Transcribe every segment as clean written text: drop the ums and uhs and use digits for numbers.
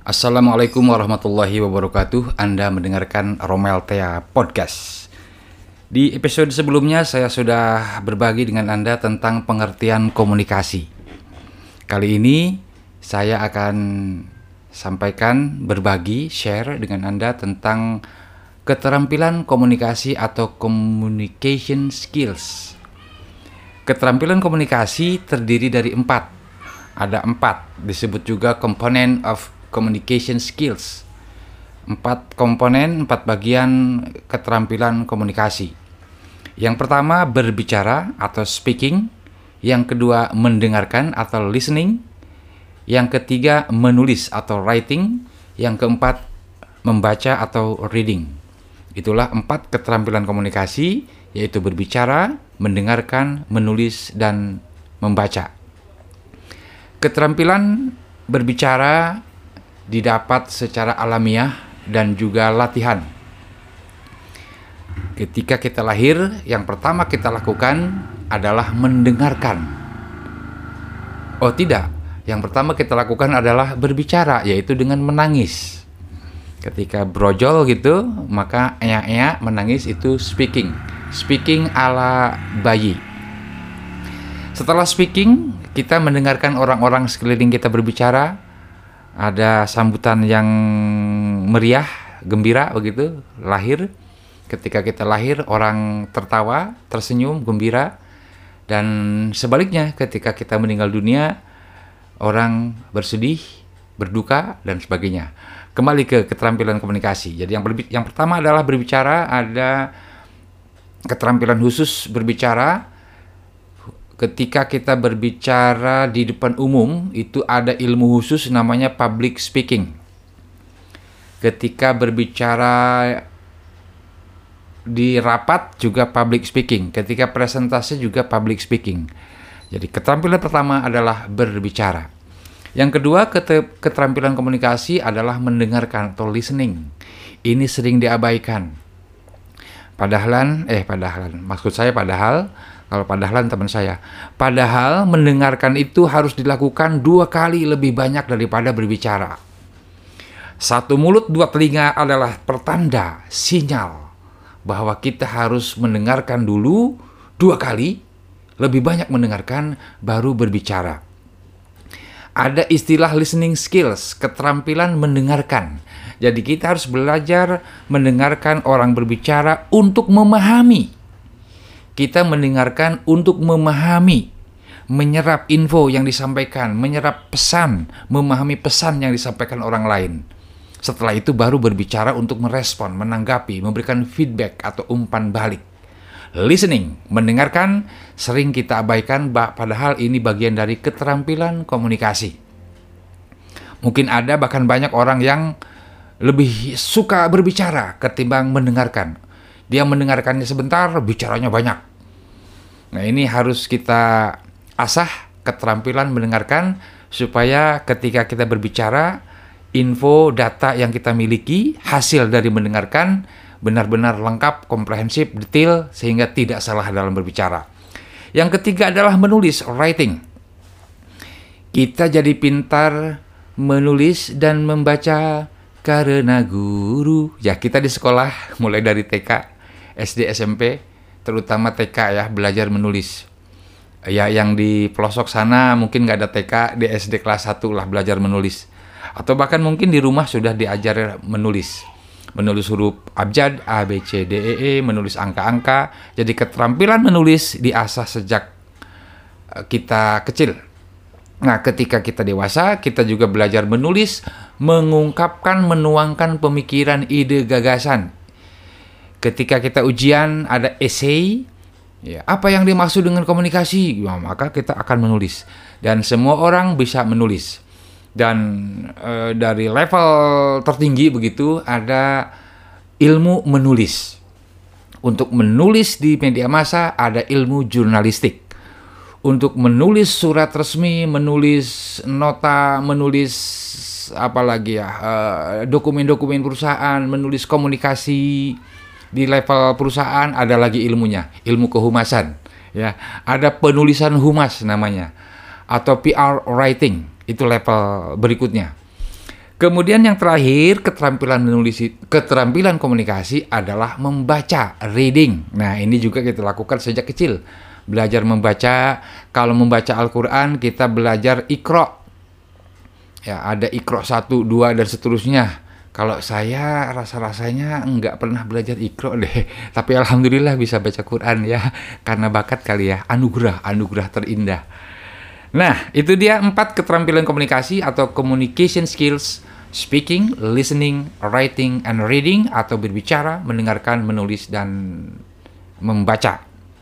Assalamualaikum warahmatullahi wabarakatuh. Anda mendengarkan Romeltea Podcast. Di episode sebelumnya saya sudah berbagi dengan Anda tentang pengertian komunikasi. Kali ini saya akan share dengan Anda tentang keterampilan komunikasi atau communication skills. Keterampilan komunikasi terdiri dari 4. Ada 4, disebut juga component of communication skills. 4 komponen, 4 bagian keterampilan komunikasi. Yang pertama berbicara atau speaking, yang kedua mendengarkan atau listening, yang ketiga menulis atau writing, yang keempat membaca atau reading. Itulah 4 keterampilan komunikasi, yaitu berbicara, mendengarkan, menulis, dan membaca. Keterampilan berbicara didapat secara alamiah dan juga latihan. Ketika kita lahir, yang pertama kita lakukan adalah mendengarkan. Oh tidak, yang pertama kita lakukan adalah berbicara, yaitu dengan menangis. Ketika brojol gitu, maka ea-ea menangis itu speaking. Speaking ala bayi. Setelah speaking, kita mendengarkan orang-orang sekeliling kita berbicara, ada sambutan yang meriah, gembira begitu, lahir. Ketika kita lahir, orang tertawa, tersenyum, gembira. Dan sebaliknya, ketika kita meninggal dunia, orang bersedih, berduka, dan sebagainya. Kembali ke keterampilan komunikasi. Jadi yang pertama adalah berbicara, ada keterampilan khusus berbicara. Ketika kita berbicara di depan umum, itu ada ilmu khusus namanya public speaking. Ketika berbicara di rapat juga public speaking. Ketika presentasi juga public speaking. Jadi keterampilan pertama adalah berbicara. Yang kedua, keterampilan komunikasi adalah mendengarkan atau listening. Ini sering diabaikan. Padahal mendengarkan itu harus dilakukan 2 kali lebih banyak daripada berbicara. 1 mulut 2 telinga adalah pertanda, sinyal bahwa kita harus mendengarkan dulu 2 kali, lebih banyak mendengarkan baru berbicara. Ada istilah listening skills, keterampilan mendengarkan. Jadi kita harus belajar mendengarkan orang berbicara untuk memahami. Kita mendengarkan untuk memahami, menyerap info yang disampaikan, menyerap pesan, memahami pesan yang disampaikan orang lain. Setelah itu baru berbicara untuk merespon, menanggapi, memberikan feedback atau umpan balik. Listening, mendengarkan, sering kita abaikan, padahal ini bagian dari keterampilan komunikasi. Mungkin ada bahkan banyak orang yang lebih suka berbicara ketimbang mendengarkan. Dia mendengarkannya sebentar, bicaranya banyak. Nah, ini harus kita asah keterampilan mendengarkan supaya ketika kita berbicara, info, data yang kita miliki, hasil dari mendengarkan benar-benar lengkap, komprehensif, detail sehingga tidak salah dalam berbicara. Yang ketiga adalah menulis, writing. Kita jadi pintar menulis dan membaca karena guru. Ya, kita di sekolah mulai dari TK, SD, SMP, terutama TK ya, belajar menulis. Ya, yang di pelosok sana mungkin nggak ada TK, di SD kelas 1 lah belajar menulis. Atau bahkan mungkin di rumah sudah diajar menulis. Menulis huruf abjad, A, B, C, D, E, E, menulis angka-angka. Jadi keterampilan menulis diasah sejak kita kecil. Nah, ketika kita dewasa, kita juga belajar menulis, mengungkapkan, menuangkan pemikiran, ide, gagasan. Ketika kita ujian ada essay, ya, apa yang dimaksud dengan komunikasi? Ya, maka kita akan menulis. Dan semua orang bisa menulis. Dan dari level tertinggi begitu ada ilmu menulis. Untuk menulis di media massa ada ilmu jurnalistik. Untuk menulis surat resmi, menulis nota, menulis dokumen-dokumen perusahaan, menulis komunikasi di level perusahaan ada lagi ilmunya, ilmu kehumasan. Ya, ada penulisan humas namanya, atau PR writing, itu level berikutnya. Kemudian yang terakhir, keterampilan komunikasi adalah membaca, reading. Nah, ini juga kita lakukan sejak kecil. Belajar membaca, kalau membaca Al-Quran kita belajar Iqra. Ya, ada Iqra 1, 2 dan seterusnya. Kalau saya rasa-rasanya nggak pernah belajar Iqra deh. Tapi alhamdulillah bisa baca Quran ya, karena bakat kali ya, anugerah terindah. Nah, itu dia 4 keterampilan komunikasi atau communication skills: speaking, listening, writing, and reading, atau berbicara, mendengarkan, menulis, dan membaca.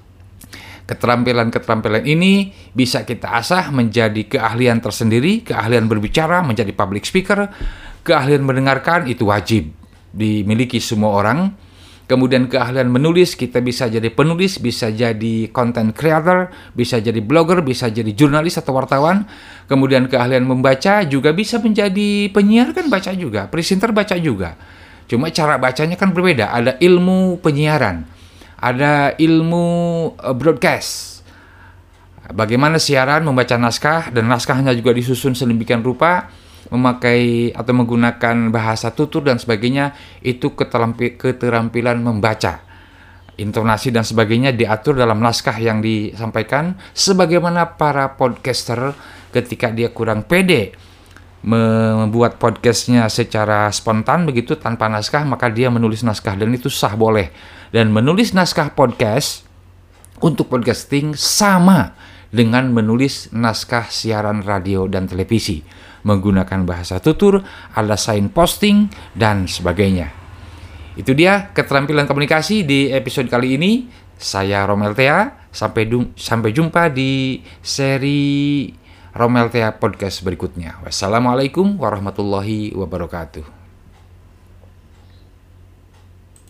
Keterampilan-keterampilan ini bisa kita asah menjadi keahlian tersendiri. Keahlian berbicara menjadi public speaker. Keahlian mendengarkan itu wajib dimiliki semua orang. Kemudian keahlian menulis, kita bisa jadi penulis, bisa jadi content creator, bisa jadi blogger, bisa jadi jurnalis atau wartawan. Kemudian keahlian membaca juga bisa menjadi penyiar, kan baca juga, presenter baca juga. Cuma cara bacanya kan berbeda. Ada ilmu penyiaran, ada ilmu broadcast. Bagaimana siaran, membaca naskah, dan naskahnya juga disusun sedemikian rupa, memakai atau menggunakan bahasa tutur dan sebagainya. Itu keterampilan membaca. Intonasi dan sebagainya diatur dalam naskah yang disampaikan. Sebagaimana para podcaster ketika dia kurang pede membuat podcastnya secara spontan begitu tanpa naskah, maka dia menulis naskah, dan itu sah, boleh. Dan menulis naskah podcast untuk podcasting sama dengan menulis naskah siaran radio dan televisi, menggunakan bahasa tutur, ada sign posting, dan sebagainya. Itu dia keterampilan komunikasi di episode kali ini. Saya Romel Thea. Sampai jumpa di seri Romel Thea Podcast berikutnya. Wassalamualaikum warahmatullahi wabarakatuh.